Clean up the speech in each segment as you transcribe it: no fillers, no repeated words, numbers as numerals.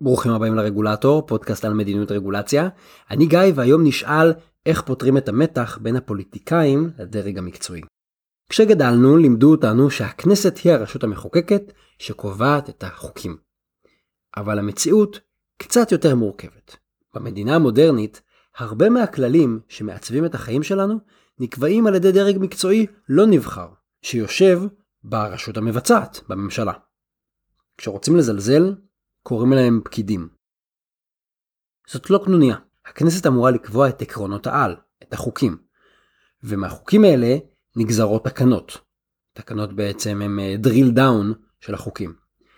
ברוכים הבאים לרגולטור, פודקאסט על מדיניות רגולציה. אני גיא, והיום נשאל איך פותרים את המתח בין הפוליטיקאים לדרג המקצועי. כשגדלנו לימדו אותנו שהכנסת היא הרשות המחוקקת שקובעת את החוקים. אבל המציאות קצת יותר מורכבת. במדינה המודרנית, הרבה מהכללים שמעצבים את החיים שלנו נקבעים על ידי דרג מקצועי לא נבחר, שיושב ברשות המבצעת, בממשלה. כשרוצים לזלזל, קוראים להם פקידים. זאת לא קנוניה. הכנסת אמורה לקבוע את עקרונות העל, את החוקים. ומהחוקים האלה נגזרות תקנות. תקנות בעצם הם drill down של החוקים.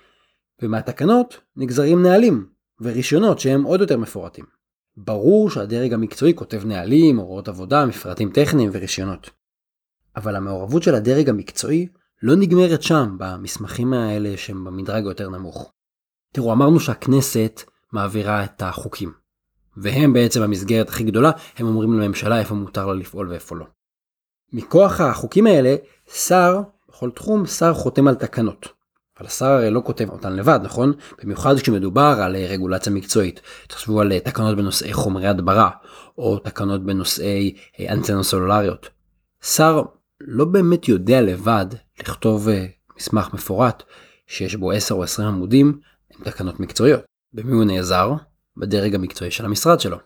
ומהתקנות נגזרים נהלים ורישיונות שהם עוד יותר מפורטים. ברור שהדרג המקצועי כותב נהלים, הוראות עבודה, מפרטים טכניים ורישיונות. אבל המעורבות של הדרג המקצועי לא נגמרת שם, במסמכים האלה שהם במדרג יותר נמוך. תראו, אמרנו שהכנסת מעבירה את החוקים. והם בעצם המסגרת הכי גדולה, הם אומרים לממשלה איפה מותר לה לפעול ואיפה לא. מכוח החוקים האלה, שר, בכל תחום, שר חותם על תקנות. אבל השר הרי לא כותב אותן לבד, נכון? במיוחד כשמדובר על רגולציה מקצועית. תחשבו על תקנות בנושאי חומרי הדברה, או תקנות בנושאי אנטנות סלולריות. שר לא באמת יודע לבד לכתוב מסמך מפורט, שיש בו 10 או 20 עמודים, עם תקנות מקצועיות. במי הוא נעזר? בדרג המקצועי של המשרד שלו.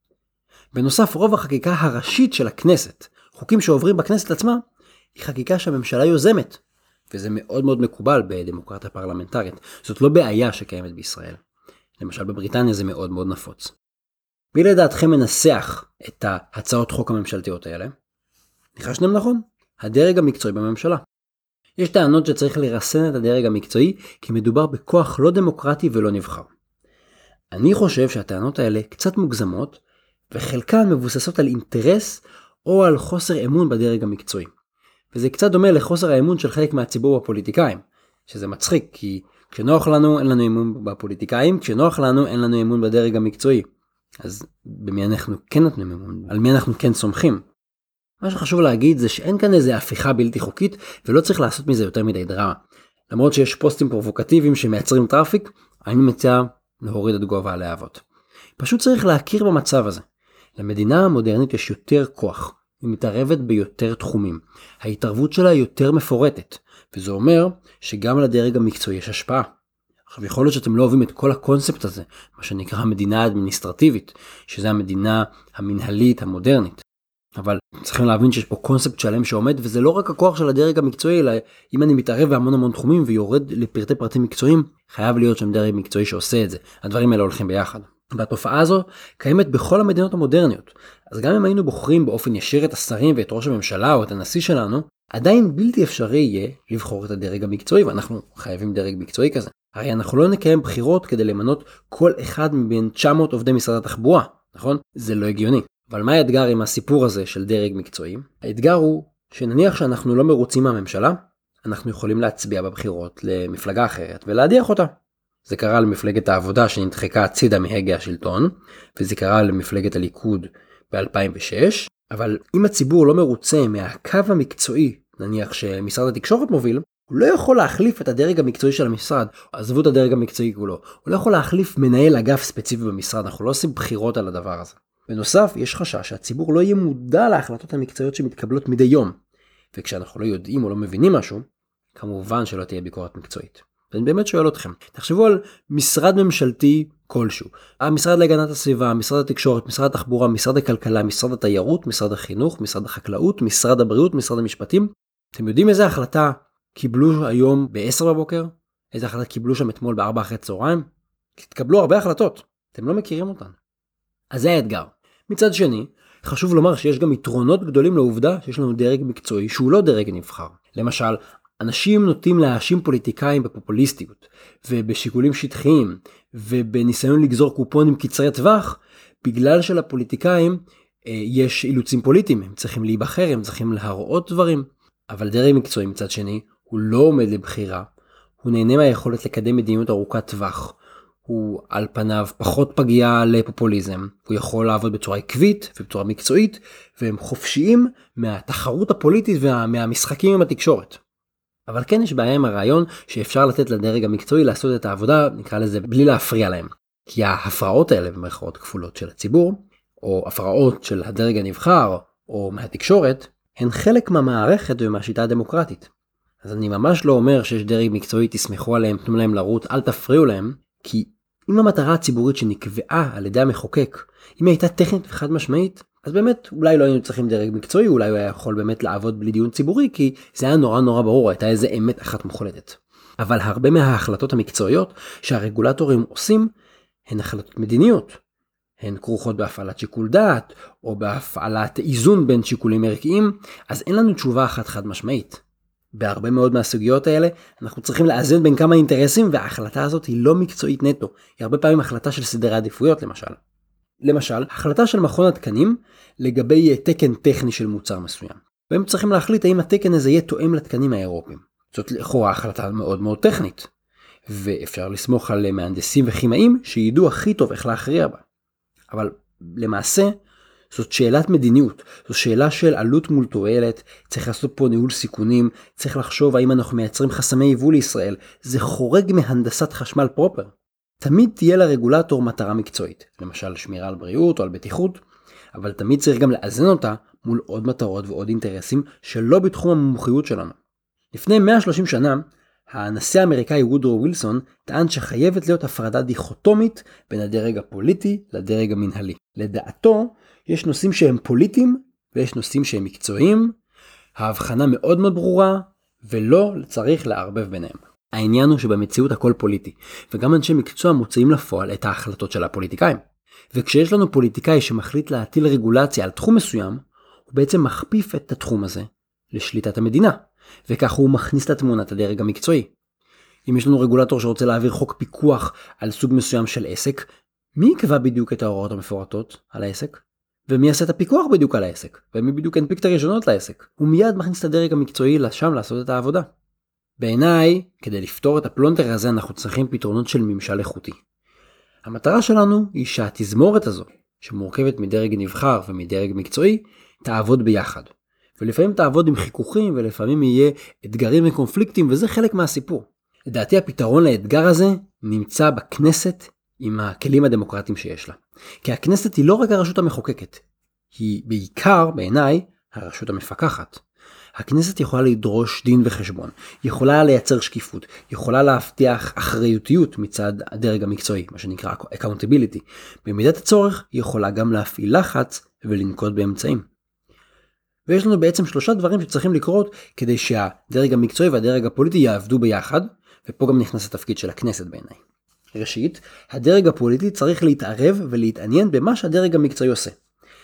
בנוסף, רוב החקיקה הראשית של הכנסת, חוקים שעוברים בכנסת עצמה, היא חקיקה שהממשלה יוזמת. וזה מאוד מאוד מקובל בדמוקרטיה פרלמנטרית. זאת לא בעיה שקיימת בישראל. למשל בבריטניה זה מאוד מאוד נפוץ. מי לדעתכם מנסח את ההצעות חוק הממשלתיות האלה? ניחשתם נכון? הדרג המקצועי בממשלה. יש טענות שצריך לרסן את הדרג המקצועי כי מדובר בכוח לא דמוקרטי ולא נבחר. אני חושב שהטענות האלה קצת מוגזמות, וחלקן מבוססות על אינטרס או על חוסר אמון בדרג המקצועי. וזה קצת דומה לחוסר האמון של חלק מהציבור בפוליטיקאים, שזה מצחיק, כי כשנוח לנו אין לנו אמון בפוליטיקאים, כשנוח לנו אין לנו אמון בדרג המקצועי. אז במי אנחנו כן נותנים אמון? על מי אנחנו כן סומכים? מה שחשוב להגיד זה שאין כאן איזו הפיכה בלתי חוקית, ולא צריך לעשות מזה יותר מדי דרמה. למרות שיש פוסטים פרובוקטיביים שמייצרים טראפיק, אני מציע להוריד את גובה הלהבות. פשוט צריך להכיר במצב הזה. למדינה המודרנית יש יותר כוח, היא מתערבת ביותר תחומים. ההתערבות שלה היא יותר מפורטת, וזה אומר שגם לדרג המקצועי יש השפעה. עכשיו יכול להיות שאתם לא אוהבים את כל הקונספט הזה, מה שנקרא המדינה האדמיניסטרטיבית, שזה המדינה המנהלית המודרנית. אבל צריכים להבין שיש פה קונספט שלם שעומד, וזה לא רק הכוח של הדרג המקצועי, אלא אם אני מתערב בהמון תחומים ויורד לפרטי פרטים מקצועיים, חייב להיות שם דרג מקצועי שעושה את זה. הדברים האלה הולכים ביחד. והתופעה הזו קיימת בכל המדינות המודרניות. אז גם אם היינו בוחרים באופן ישיר את השרים ואת ראש הממשלה או את הנשיא שלנו, עדיין בלתי אפשרי יהיה לבחור את הדרג המקצועי, ואנחנו חייבים דרג מקצועי כזה. הרי אנחנו לא נקיים בחירות כדי למנות כל אחד מבין 900 עובדי משרד התחבורה, נכון? זה לא הגיוני. אבל מה האתגר עם הסיפור הזה של דרג מקצועי? האתגר הוא שנניח שאנחנו לא מרוצים מהממשלה, אנחנו יכולים להצביע בבחירות למפלגה אחרת ולהדיח אותה. זה קרה למפלגת העבודה שנדחקה הצידה מהגה השלטון, וזה קרה למפלגת הליכוד ב-2006, אבל אם הציבור לא מרוצה מהקו המקצועי, נניח שמשרד התקשורת מוביל, הוא לא יכול להחליף את הדרג המקצועי של המשרד, עזבו את הדרג המקצועי כולו, הוא לא יכול להחליף מנהל אגף ספציפי במשרד, אנחנו לא עושים בחירות על הדבר הזה. בנוסף, יש חשש שהציבור לא יהיה מודע להחלטות המקצועיות שמתקבלות מדי יום. וכשאנחנו לא יודעים או לא מבינים משהו, כמובן שלא תהיה ביקורת מקצועית. ואני באמת שואל אתכם, תחשבו על משרד ממשלתי כלשהו. המשרד להגנת הסביבה, משרד התקשורת, משרד התחבורה, משרד הכלכלה, משרד התיירות, משרד החינוך, משרד החקלאות, משרד הבריאות, משרד המשפטים. אתם יודעים איזה החלטה קיבלו היום ב-10 בבוקר? איזה החלטה קיבלו שם אתמול ב-4 אחרי צהריים? התקבלו הרבה החלטות. אתם לא מכירים אותן. אז זה האתגר. מצד שני, חשוב לומר שיש גם יתרונות גדולים לעובדה שיש לנו דרג מקצועי שהוא לא דרג נבחר. למשל, אנשים נוטים להאשים פוליטיקאים בפופוליסטיות, ובשיקולים שטחיים, ובניסיון לגזור קופונים קצרי טווח, בגלל שלפוליטיקאים יש אילוצים פוליטיים, הם צריכים להיבחר, הם צריכים להראות דברים. אבל דרג מקצועי מצד שני, הוא לא עומד לבחירה, הוא נהנה מהיכולת לקדם מדיניות ארוכת טווח, הוא על פניו פחות פגיע לפופוליזם, הוא יכול לעבוד בצורה עקבית ובצורה מקצועית, והם חופשיים מהתחרות הפוליטית ומהמשחקים עם התקשורת. אבל כן יש בעיה עם הרעיון שאפשר לתת לדרג המקצועי לעשות את העבודה, נקרא לזה, בלי להפריע להם. כי ההפרעות האלה במרכאות כפולות של הציבור, או הפרעות של הדרג הנבחר, או מהתקשורת, הן חלק מהמערכת ומהשיטה הדמוקרטית. אז אני ממש לא אומר שיש דרג מקצועי, תסמכו עליהם, תנו להם לרוץ, אל תפריעו להם, כי אם המטרה הציבורית שנקבעה על ידי המחוקק, אם היא הייתה טכנית וחד משמעית, אז באמת אולי לא היינו צריכים דרג מקצועי, אולי הוא היה יכול באמת לעבוד בלי דיון ציבורי, כי זה היה נורא ברור, הייתה איזה אמת אחת מוחלטת. אבל הרבה מההחלטות המקצועיות שהרגולטורים עושים, הן החלטות מדיניות. הן כרוכות בהפעלת שיקול דעת, או בהפעלת איזון בין שיקולים ערכיים, אז אין לנו תשובה אחת חד משמעית. בהרבה מאוד מהסוגיות האלה, אנחנו צריכים לאזן בין כמה אינטרסים, וההחלטה הזאת היא לא מקצועית נטו. היא הרבה פעמים החלטה של סדרי עדיפויות למשל. למשל, החלטה של מכון התקנים לגבי תקן טכני של מוצר מסוים. והם צריכים להחליט האם התקן הזה יהיה תואם לתקנים האירופיים. זאת לכאורה החלטה מאוד טכנית. ואפשר לסמוך על מהנדסים וכימאים שידעו הכי טוב איך להכריע בה. אבל למעשה, זאת שאלת מדיניות, זו שאלה של עלות מול תועלת, צריך לעשות פה ניהול סיכונים, צריך לחשוב האם אנחנו מייצרים חסמי ייבוא לישראל, זה חורג מהנדסת חשמל פרופר. תמיד תהיה לרגולטור מטרה מקצועית, למשל שמירה על בריאות או על בטיחות, אבל תמיד צריך גם לאזן אותה מול עוד מטרות ועוד אינטרסים שלא בתחום המומחיות שלנו. לפני 130 שנה, הנשיא האמריקאי וודרו ווילסון טען שחייבת להיות הפרדה דיכוטומית בין הדרג הפוליטי לדרג המנהלי. לדעתו, יש נושאים שהם פוליטיים ויש נושאים שהם מקצועיים, ההבחנה מאוד ברורה ולא צריך לערבב ביניהם. העניין הוא שבמציאות הכל פוליטי, וגם אנשי מקצוע מוצאים לפועל את ההחלטות של הפוליטיקאים. וכשיש לנו פוליטיקאי שמחליט להטיל רגולציה על תחום מסוים, הוא בעצם מכפיף את התחום הזה לשליטת המדינה. וכך הוא מכניס לתמונה את הדרג המקצועי. אם יש לנו רגולטור שרוצה להעביר חוק פיקוח על סוג מסוים של עסק, מי יקבע בדיוק את ההוראות המפורטות על העסק? ומי יעשה את הפיקוח בדיוק על העסק? ומי בדיוק ינפיק את הרישיונות לעסק? הוא מיד מכניס את הדרג המקצועי לשם לעשות את העבודה. בעיניי, כדי לפתור את הפלונטר הזה אנחנו צריכים פתרונות של ממשל איכותי. המטרה שלנו היא שהתזמורת הזו, שמורכבת מדרג נבחר ומדרג מקצועי, תעבוד ביחד. ולפעמים תעבוד עם חיכוכים, ולפעמים יהיה אתגרים וקונפליקטים, וזה חלק מהסיפור. לדעתי הפתרון לאתגר הזה נמצא בכנסת עם הכלים הדמוקרטיים שיש לה. כי הכנסת היא לא רק הרשות המחוקקת, היא בעיקר בעיניי הרשות המפקחת. הכנסת יכולה לדרוש דין וחשבון, יכולה לייצר שקיפות, יכולה להבטיח אחריותיות מצד הדרג המקצועי, מה שנקרא accountability. במידת הצורך היא יכולה גם להפעיל לחץ ולנקוט באמצעים. ויש לנו בעצם 3 דברים שצריכים לקרות כדי שהדרג המקצועי והדרג הפוליטי יעבדו ביחד, ופה גם נכנס התפקיד של הכנסת בעיניי. ראשית, הדרג הפוליטי צריך להתערב ולהתעניין במה שהדרג המקצועי עושה.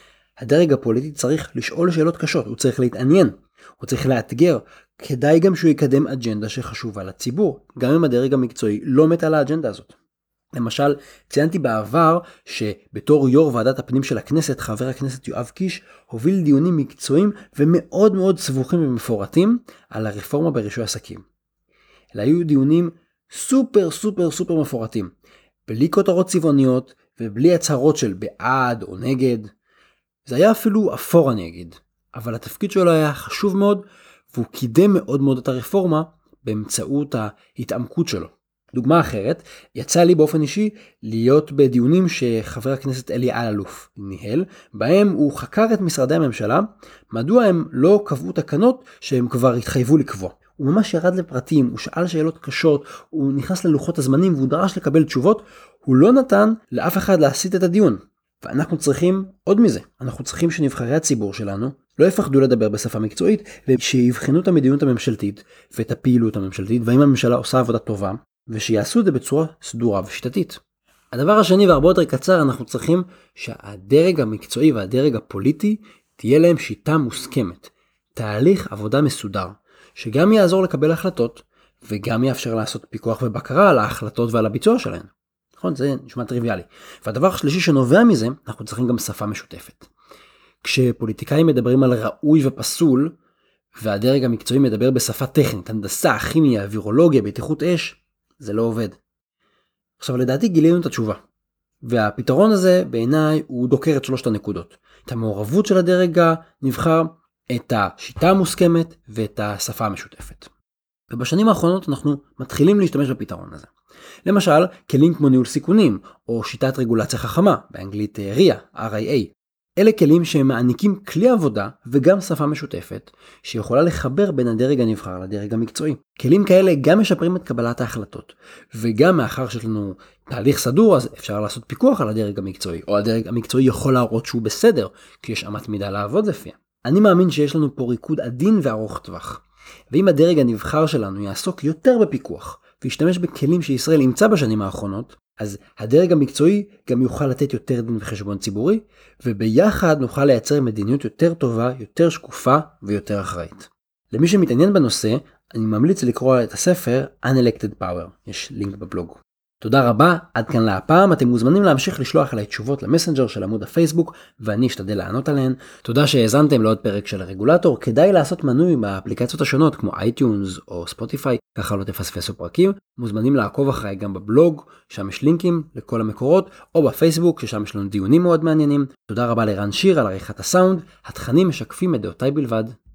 הדרג הפוליטי צריך לשאול שאלות קשות, הוא צריך להתעניין, הוא צריך לאתגר, כדאי גם שהוא יקדם אג'נדה שחשובה לציבור, גם אם הדרג המקצועי לא מת על האג'נדה הזאת. למשל, ציינתי בעבר שבתור יו"ר ועדת הפנים של הכנסת, חבר הכנסת יואב קיש הוביל דיונים מקצועיים ומאוד סבוכים ומפורטים על הרפורמה ברישוי עסקים. אלה היו דיונים סופר מפורטים, בלי כותרות צבעוניות ובלי הצהרות של בעד או נגד. זה היה אפילו אפור אני אגיד, אבל התפקיד שלו היה חשוב מאוד, והוא קידם מאוד את הרפורמה באמצעות ההתעמקות שלו. דוגמה אחרת, יצא לי באופן אישי להיות בדיונים שחבר הכנסת אלי אלאלוף ניהל, בהם הוא חקר את משרדי הממשלה, מדוע הם לא קבעו תקנות שהם כבר התחייבו לקבוע. הוא ממש ירד לפרטים, הוא שאל שאלות קשות, הוא נכנס ללוחות הזמנים והוא דרש לקבל תשובות, הוא לא נתן לאף אחד להסיט את הדיון. ואנחנו צריכים עוד מזה, אנחנו צריכים שנבחרי הציבור שלנו לא יפחדו לדבר בשפה מקצועית, ושיבחנו את המדיניות הממשלתית ואת הפעילות הממשלתית, והאם הממשלה עושה עבודה טובה, ושיעשו את זה בצורה סדורה ושיטתית. הדבר השני והרבה יותר קצר, אנחנו צריכים שהדרג המקצועי והדרג הפוליטי תהיה להם שיטה מוסכמת, תהליך עבודה מסודר, שגם יעזור לקבל החלטות, וגם יאפשר לעשות פיקוח ובקרה על ההחלטות ועל הביצוע שלהן. נכון, זה נשמע טריוויאלי. והדבר השלישי שנובע מזה, אנחנו צריכים גם שפה משותפת. כשפוליטיקאים מדברים על ראוי ופסול, והדרג המקצועי מדבר בשפה טכנית, הנדסה, כימיה, וירולוגיה, בטיחות אש, זה לא עובד. עכשיו לדעתי גילינו את התשובה. והפתרון הזה בעיניי הוא דוקר את 3 הנקודות. את המעורבות של הדרג הנבחר, את השיטה המוסכמת ואת השפה המשותפת. ובשנים האחרונות אנחנו מתחילים להשתמש בפתרון הזה. למשל, כלים כמו ניהול סיכונים, או שיטת רגולציה חכמה, באנגלית RIA. אלה כלים שמעניקים כלי עבודה וגם שפה משותפת, שיכולה לחבר בין הדרג הנבחר לדרג המקצועי. כלים כאלה גם משפרים את קבלת ההחלטות, וגם מאחר שיש לנו תהליך סדור, אז אפשר לעשות פיקוח על הדרג המקצועי, או הדרג המקצועי יכול להראות שהוא בסדר, כי יש אמת מידה לעבוד לפיה. אני מאמין שיש לנו פה ריקוד עדין וארוך טווח. ואם הדרג הנבחר שלנו יעסוק יותר בפיקוח, וישתמש בכלים שישראל ימצא בשנים האחרונות, אז הדרג המקצועי גם יוכל לתת יותר דין וחשבון ציבורי, וביחד נוכל לייצר מדיניות יותר טובה, יותר שקופה ויותר אחראית. למי שמתעניין בנושא, אני ממליץ לקרוא את הספר Unelected Power, יש לינק בבלוג. תודה רבה, עד כאן להפעם, אתם מוזמנים להמשיך לשלוח אליי תשובות למסנג'ר של עמוד הפייסבוק, ואני אשתדל לענות עליהן. תודה שהאזנתם לעוד פרק של הרגולטור, כדאי לעשות מנוי באפליקציות השונות כמו iTunes או ספוטיפיי, ככה לא תפספסו פרקים. מוזמנים לעקוב אחריי גם בבלוג, שם יש לינקים לכל המקורות, או בפייסבוק, ששם יש לנו דיונים מאוד מעניינים. תודה רבה לרן שיר על עריכת הסאונד, התכנים משקפים את דעותיי בלבד.